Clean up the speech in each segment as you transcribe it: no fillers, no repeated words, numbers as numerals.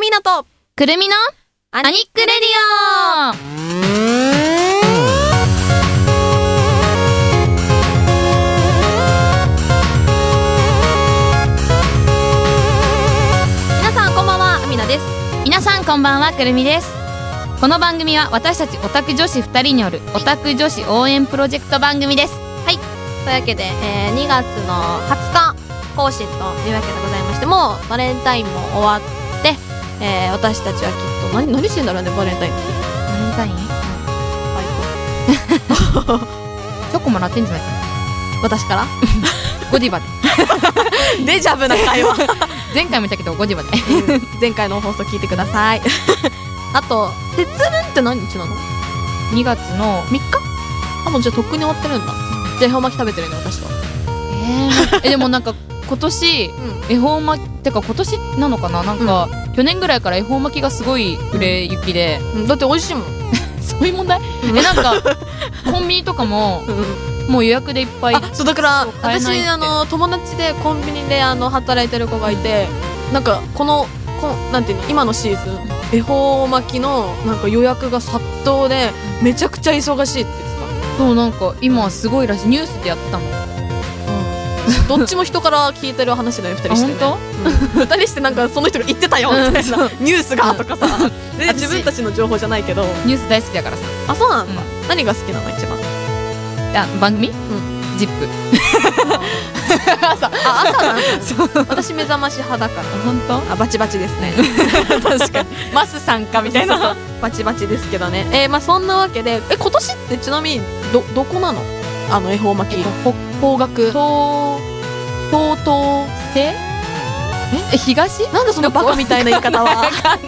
みなとくるみのアニックレディオ。 皆さんこんばんは、あみなです。 皆さんこんばんは、くるみです。この番組は私たちオタク女子2人によるオタク女子応援プロジェクト番組です。 はい、というわけで、2月の20日更新というわけでございまして、もうバレンタインも終わって、私たちはきっと何してんだろうね、バレンタインの日。 バレンタインチョコもらってんじゃないかな。 私からゴディバでデジャブな会話前回も言ったけどゴディバで前回の放送聞いてくださいあと節分って何日なの ？2月の 3日？あ、もうじゃあとっくに終わってるんだ。じゃあ恵方巻き食べてるね、私は。 でもなんか今年、恵方巻きってか今年なのかな、なんか、去年ぐらいから恵方巻きがすごい売れ行きで、 だって美味しいもんそういう問題？なんかコンビニとかも、もう予約でいっぱい。 あ、そうだから私友達でコンビニで働いてる子がいて、なんかなんていうの、今のシーズン恵方巻きのなんか予約が殺到でめちゃくちゃ忙しいって言ってた。 そう、なんか今すごいらしい、ニュースでやってたの。 どっちも人から聞いてる話だよ、2人してね。 本当？2人してなんかその人が言ってたよみたいな、ニュースがとかさ、で自分たちの情報じゃないけど。 ニュース大好きだからさ。 あ、そうなんだ。何が好きなの一番？ 番組？ジップ朝なんだ。私目覚まし派だから。 本当？ バチバチですね確かにマスさんかみたいなバチバチですけどね。まあそんなわけで、今年ってちなみにどこなの？恵方巻き。方角。東西？東？なんでそのバカみたいな言い方は。なんかさ、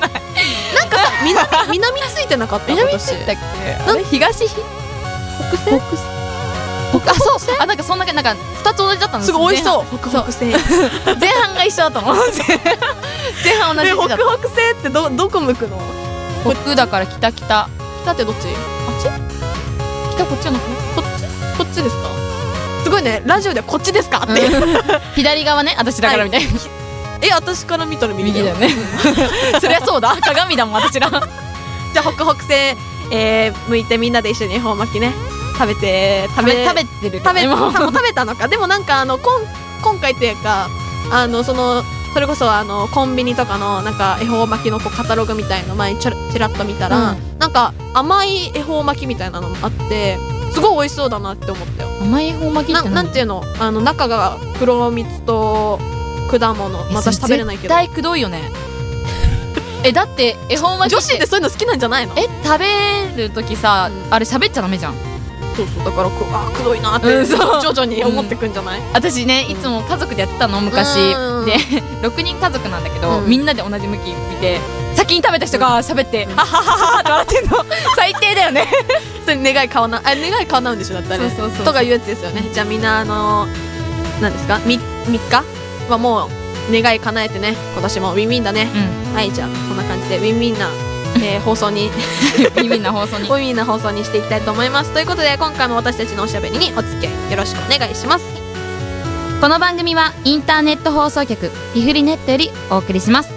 南ついてなかった？ 南ついたっけ？東？北西？あ、そう、なんかそんな、なんか2つ同じだったんです。 すごい美味しそう。北西前半が一緒だったの前半同じだった。 北西ってどこ向くの？ 北だから北ってどっち？ あっち？ 北こっちじゃなくてこっちですか？すごいね、ラジオでこっちですかって左側ね、私だからみたいな。 私から見たら右だよねそりゃそうだ、鏡だもん私ら。じゃあ北西向いてみんなで一緒に恵方巻きね食べてる。もう食べたのか。でもなんか今回っていうかそれこそコンビニとかのなんか恵方巻きのカタログみたいの前にちらっと見たら、なんか甘い恵方巻きみたいなのもあってすごい美味しそうだなって思ったよ。 甘い恵方巻きってなんていうの、中が黒蜜と果物。私食べれないけど絶対くどいよねだって恵方巻き女子ってそういうの好きなんじゃないの？ 食べるときさ、あれ喋っちゃダメじゃん。 そうだからくどいなって徐々に思ってくんじゃない？ 私ね、いつも家族でやってたの昔で、6人家族なんだけど、みんなで同じ向き見て先に食べた人が喋ってははははって笑ってんの最低だよねそれ願い叶うんでしょ、だったらね。とかいうやつですよね。じゃあみんな何ですか、3日はもう願い叶えてね、今年もウィンウィンだね。はい、じゃあこんな感じでウィンウィンな放送にウィンウィンな放送にしていきたいと思います。ということで今回も私たちのおしゃべりにお付き合いよろしくお願いします。 この番組はインターネット放送局ピフリネットよりお送りします。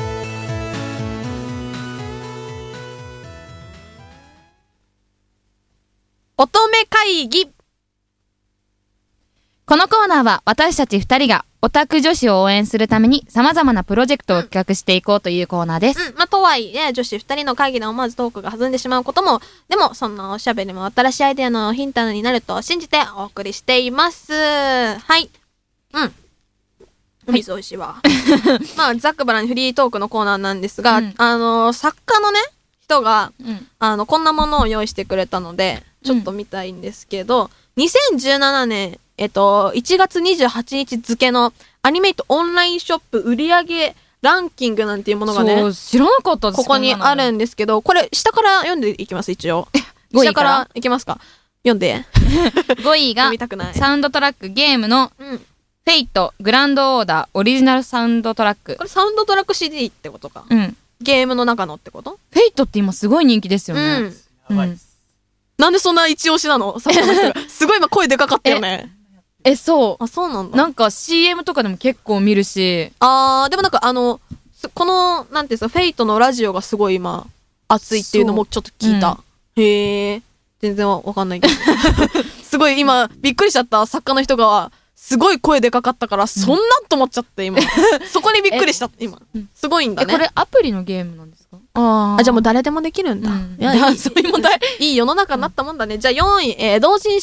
乙女会議。 このコーナーは私たち2人がオタク女子を応援するために様々なプロジェクトを企画していこうというコーナーです。 とはいえ女子2人の会議で思わずトークが弾んでしまうことも、でもそんなおしゃべりも新しいアイデアのヒントになると信じてお送りしています。はい。お水おいしいわ。まあざっくばらんにフリートークのコーナーなんですが、作家のね人が、こんなものを用意してくれたのでちょっと見たいんですけど、2017年1月28日付のアニメイトオンラインショップ売上ランキングなんていうものがね、 そう知らなかった。 ここにあるんですけど、これ下から読んでいきます。一応下からいきますか。読んで 5位がサウンドトラックゲームのフェイトグランドオーダーオリジナルサウンドトラック。 これサウンドトラック CD ってことか。ゲームの中のってこと？ フェイトって今すごい人気ですよね。 なんでそんな一押しなの？作家の人がすごい今声でかかったよね。 そう。 そうなんだ。 なんか CM とかでも結構見るし。 でもなんかこの、なんていうんですか、フェイトのラジオがすごい今、熱いっていうのもちょっと聞いた。へえ。全然わかんないけど。すごい今、びっくりしちゃった作家の人が、すごい声でかかったから、そんなんと思っちゃって今。そこにびっくりした、今。すごいんだね。 これアプリのゲームなんですか？ あ、じゃあもう誰でもできるんだ。いや、 そういう問題。 いい世の中になったもんだね。じゃあ4位、同人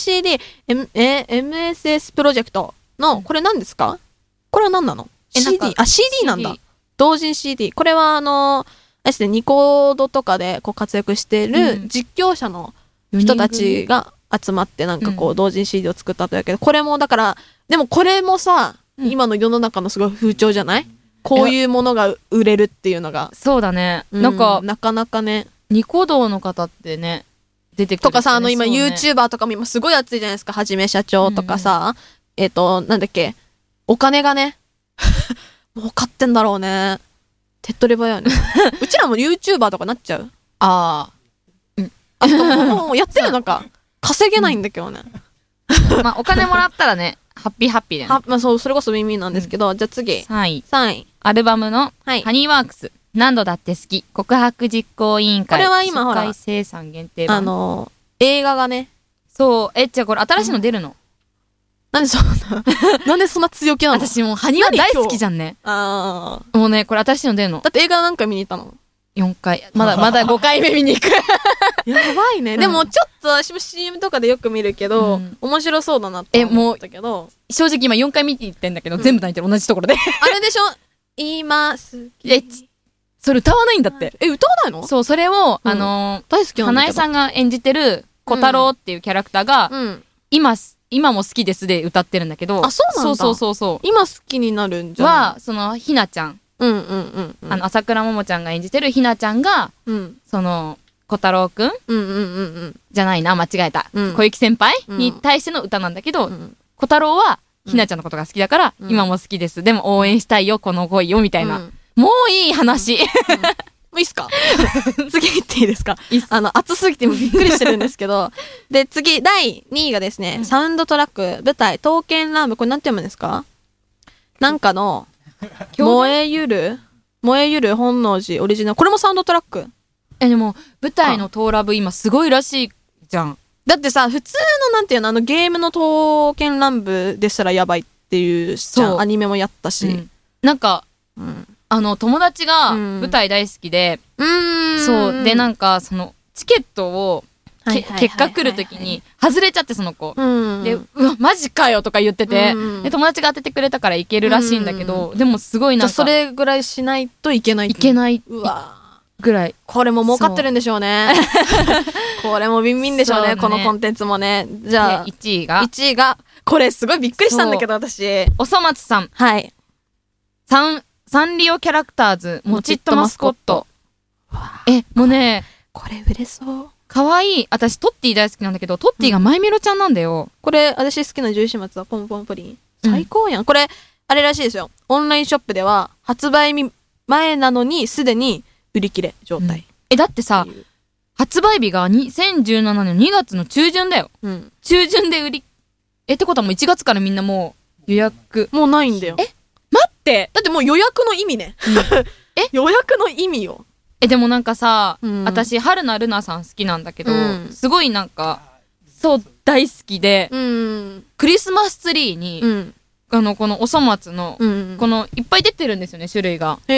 CD、MSS プロジェクトの、これ何ですか？これは何なの？ CD？ あ、CD なんだ。同人 CD。これはですね、ニコードとかでこう活躍している実況者の人たちが集まってなんかこう同人 CD を作ったというけど、これもだから、でもこれもさ、今の世の中のすごい風潮じゃない？こういうものが売れるっていうのが。 そうだね。なんか、 なかなかね。 ニコ動の方ってね、出てくる、 とかさ、今 YouTuber とかも今すごい熱いじゃないですか。はじめ社長とかさ、なんだっけ、お金がね、儲かってんだろうね。手っ取り早いね。うちらも YouTuber とかなっちゃう？ ああ。もうやってるなんか、稼げないんだけどね。 まあ、お金もらったらね、ハッピーハッピーだよね。 まあそう、それこそウィンウィンなんですけど、じゃあ次。 3位。 3位。 アルバムの、ハニーワークス。何度だって好き。告白実行委員会。 これは今ほら。 世界生産限定版。 映画がね。 そう。じゃあこれ新しいの出るの？ なんでそんな、なんでそんな強気なの？ 私もうハニワ大好きじゃんね。 ああ。もうね、これ新しいの出るの。 だって映画何回見に行ったの ？4回。まだ5回目見に行く。 やばいね。でもちょっと私も CM とかでよく見るけど、面白そうだなって思ったけど。 正直今4回見に行ってんだけど、全部泣いてる同じところで。 あれでしょ？今好き。 それ歌わないんだって。 歌わないの？ そう、それを、大好きなんだ。 花江さんが演じてる小太郎っていうキャラクターが、今も好きですで歌ってるんだけど。 あ、そうなんだ。 そう。 今好きになるんじゃないは、ひなちゃん。朝倉ももちゃんが演じてるひなちゃんが、小太郎くんじゃないな、間違えた。小雪先輩に対しての歌なんだけど、小太郎はひなちゃんのことが好きだから、今も好きです。でも応援したいよ、この恋よ、みたいな。もういい話。 もういいっすか？次行っていいですか？熱すぎてびっくりしてるんですけど。で、次、第2位がですね、サウンドトラック、舞台、刀剣乱舞。これなんて読むんですか？なんかの、燃えゆる本能寺オリジナル。これもサウンドトラック？ でも、舞台のトーラブ今すごいらしいじゃん。 だってさ、普通のなんていうの、ゲームの刀剣乱舞ですらやばいっていうじゃん。アニメもやったし。 なんか、友達が舞台大好きで、そう。で、なんか、チケットを、結果来るときに、外れちゃって、その子。で、うわ、マジかよとか言ってて、で、友達が当ててくれたからいけるらしいんだけど、でもすごいなんか。 それぐらいしないといけない。 いけない。 うわぐらい。 これも儲かってるんでしょうね。これもビンビンでしょうね、このコンテンツもね。じゃあ、 1 位が、これすごいびっくりしたんだけど、私。 おそ松さん。 はい。 サンリオキャラクターズ、もちっとマスコット。もうね、 これ売れそう。 かわいい。私、トッティ大好きなんだけど、トッティがマイメロちゃんなんだよ。 これ、私好きな14月はポンポンプリン。最高やん。これ、あれらしいですよ。オンラインショップでは、発売前なのに、すでに売り切れ状態。 だってさ、発売日が2017年2月の中旬だよ。中旬でってことはもう1月からみんなもう予約。 もうないんだよ。 待って。 だってもう予約の意味ね。予約の意味よ。 でもなんかさ、私、春菜ルナさん好きなんだけど、すごいなんか、そう、大好きで、クリスマスツリーに、このおそ松の、この、いっぱい出てるんですよね、種類が。そう、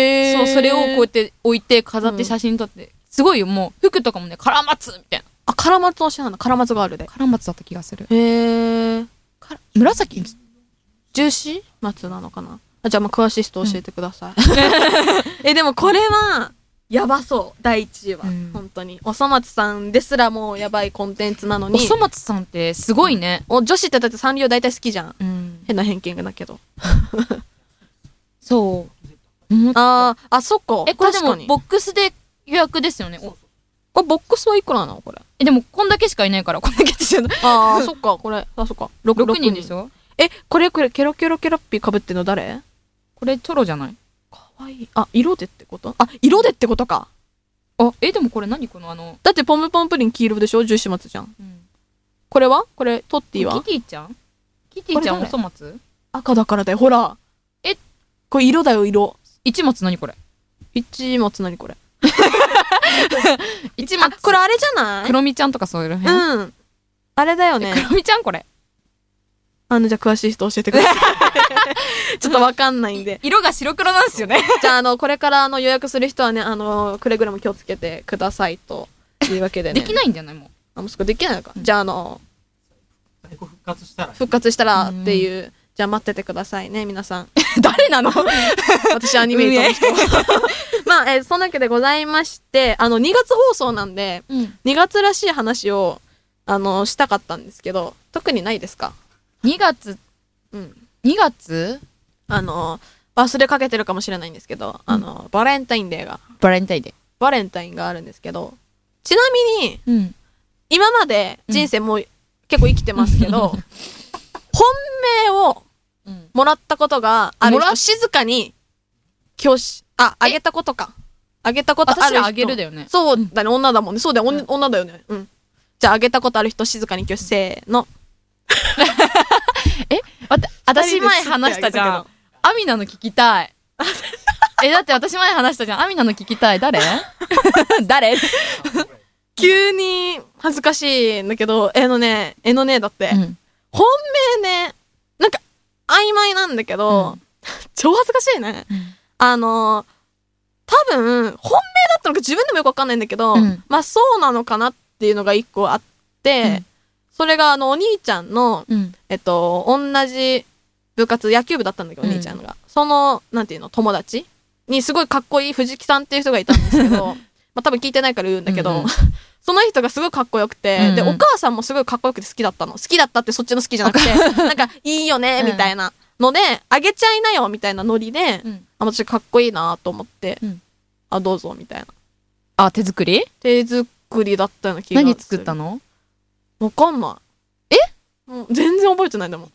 それをこうやって置いて、飾って写真撮って、すごいよ、もう、服とかもね、カラマツみたいな。 あ、カラマツの下なんだ、カラマツガールで。 カラマツだった気がする。 紫重視松なのかなじゃあ、詳しい人教えてください。でもこれは、やばそう。第1位は。本当に。おそ松さんですらもうやばいコンテンツなのに。 おそ松さんってすごいね。 女子ってだってサンリオ大体好きじゃん。変な偏見だけど。 そう。 そっか。 これでもボックスで予約ですよね。これボックスはいくらなのこれ。 でもこんだけしかいないから、こんだけじゃない。 そっか、これ。そっか。 6人でしょ？ これ、ケロケロケロッピー被ってんの誰？ これチョロじゃない？ かわいい。色でってこと？色でってことか。 でもこれ何このだってポムポンプリン黄色でしょ？14月じゃん。これは？これ、トッティは？ キティちゃんおそ松？ 赤だからだよ、ほら。これ色だよ、色。 一松何これ？ 一物何これ一物。 これあれじゃない？ クロミちゃんとかそういう辺。 うん。あれだよね。 クロミちゃんこれ。 じゃあ詳しい人教えてください。ちょっとわかんないんで。 色が白黒なんですよね。 じゃあ、これから予約する人はね、くれぐれも気をつけてくださいというわけでね。 できないんじゃない？もう。 もうすぐできないのか。じゃあ、 復活したらっていう、じゃあ待っててくださいね、皆さん。 誰なの？ 私アニメーターの人。まあ、そんなわけでございまして、2月放送なんで、2月らしい話を、したかったんですけど、特にないですか ？2月、2月忘れかけてるかもしれないんですけど、バレンタインデーが。 バレンタインデー。 バレンタインがあるんですけど、ちなみに、今まで人生もう結構生きてますけど、本命をもらったことがある人、静かに、あげたことか。あげたことある人。 私あげるだよね。 そうだね、女だもんね。そうだよ、女だよね。うん。じゃあ、あげたことある人、静かに挙手、せーの。 私前話したじゃん。アミナの聞きたい。だって私前話したじゃん。アミナの聞きたい。誰？誰？ 急に恥ずかしいんだけど、だって、本命ね、なんか曖昧なんだけど、超恥ずかしいね。多分、本命だったのか自分でもよくわかんないんだけど、まあそうなのかなっていうのが一個あって、それがお兄ちゃんの、同じ部活、野球部だったんだけど、お兄ちゃんが。その、なんていうの、友達にすごいかっこいい藤木さんっていう人がいたんですけど、まあ多分聞いてないから言うんだけど、その人がすごいかっこよくて、で、お母さんもすごいかっこよくて好きだったの。好きだったってそっちの好きじゃなくて、なんか、いいよね、みたいなので、あげちゃいなよ、みたいなノリで、私かっこいいなと思って、どうぞ、みたいな。 手作り？ 手作りだったような気がする。 何作ったの？ わかんない。もう全然覚えてないんだもん。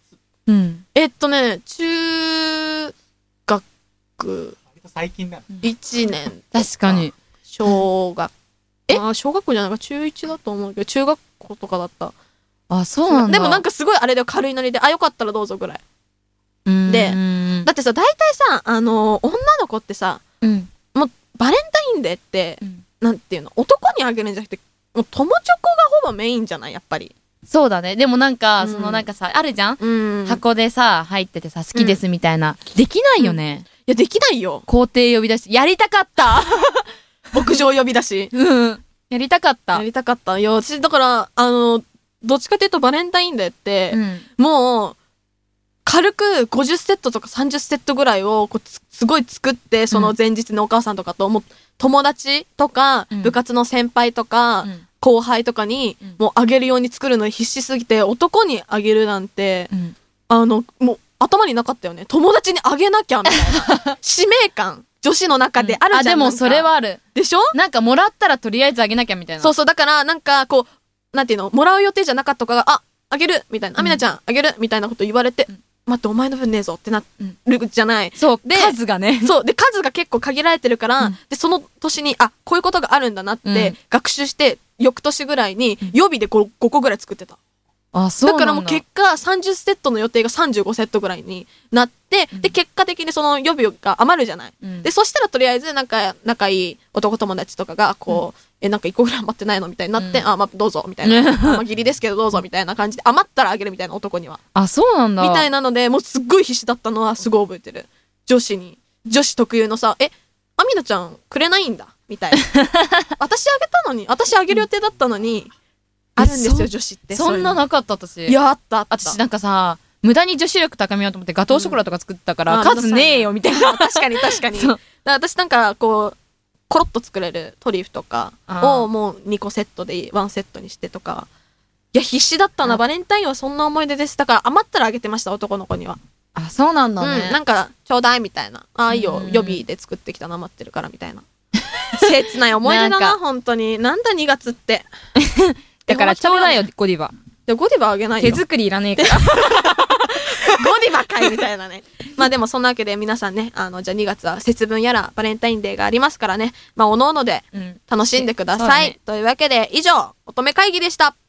中学最近だ。 1年。 確かに。 小学校じゃないか、中1だと思うけど、中学校とかだった。 そうなんだ。 でもなんかすごいあれで軽いノリで、よかったらどうぞぐらい。で、だってさ、大体さ、女の子ってさ、もうバレンタインデーって、なんていうの、男にあげるんじゃなくて、もう友チョコがほぼメインじゃないやっぱり。 そうだね。でもなんか、なんかさ、あるじゃん？箱でさ、入っててさ、好きですみたいな。できないよね。 いや、できないよ。 校庭呼び出し、やりたかった屋上呼び出し。 やりたかった。 やりたかった。いや、私、だから、どっちかというとバレンタインデーって、もう、軽く50セットとか30セットぐらいをすごい作って、その前日のお母さんとかと、もう友達とか、部活の先輩とか、後輩とかに、もうあげるように作るの必死すぎて、男にあげるなんて、もう頭になかったよね。友達にあげなきゃ、みたいな。使命感。女子の中であるじゃん。 でもそれはある。 でしょ？ なんかもらったらとりあえずあげなきゃみたいな。 そうそう、だからなんかこう、なんていうの、もらう予定じゃなかった子が、あげるみたいな。みなちゃん、あげるみたいなこと言われて、待って、お前の分ねえぞってなるじゃない。 そう、で、数がね。 そう、で、数が結構限られてるから、で、その年に、こういうことがあるんだなって学習して、翌年ぐらいに予備で5個ぐらい作ってた。 そうなんだ。 だからもう結果30セットの予定が35セットぐらいになって、で、結果的にその予備が余るじゃない。で、そしたらとりあえずなんか仲いい男友達とかが、こう、なんか1個ぐらい余ってないのみたいになって、まあ、どうぞ、みたいな。まあ、義理ですけどどうぞ、みたいな感じで、余ったらあげるみたいな男には。 そうなんだ。 みたいなので、もうすっごい必死だったのはすごい覚えてる。女子特有のさ、アミナちゃんくれないんだみたいな。私あげたのに、私あげる予定だったのに、あるんですよ、女子って。 そんななかった、私。 いや、あった。 私なんかさ、無駄に女子力高めようと思ってガトーショコラとか作ったから、数ねえよ、みたいな。 確かに。私なんか、こう、コロッと作れるトリュフとかをもう2個セットで1セットにしてとか。いや、必死だったな。バレンタインはそんな思い出です。だから余ったらあげてました、男の子には。 そうなんだね。 なんか、ちょうだいみたいな。いいよ、予備で作ってきたの余ってるからみたいな。切ない思い出だな、本当に。なんだ2月って。 だからちょうだいよ、ゴディバ。 ゴディバあげないよ。 手作りいらねえから。 ゴディバかいみたいなね。まあでもそんなわけで皆さんね、じゃあ2月は節分やらバレンタインデーがありますからね。まあおのおので楽しんでください。というわけで以上、乙女会議でした。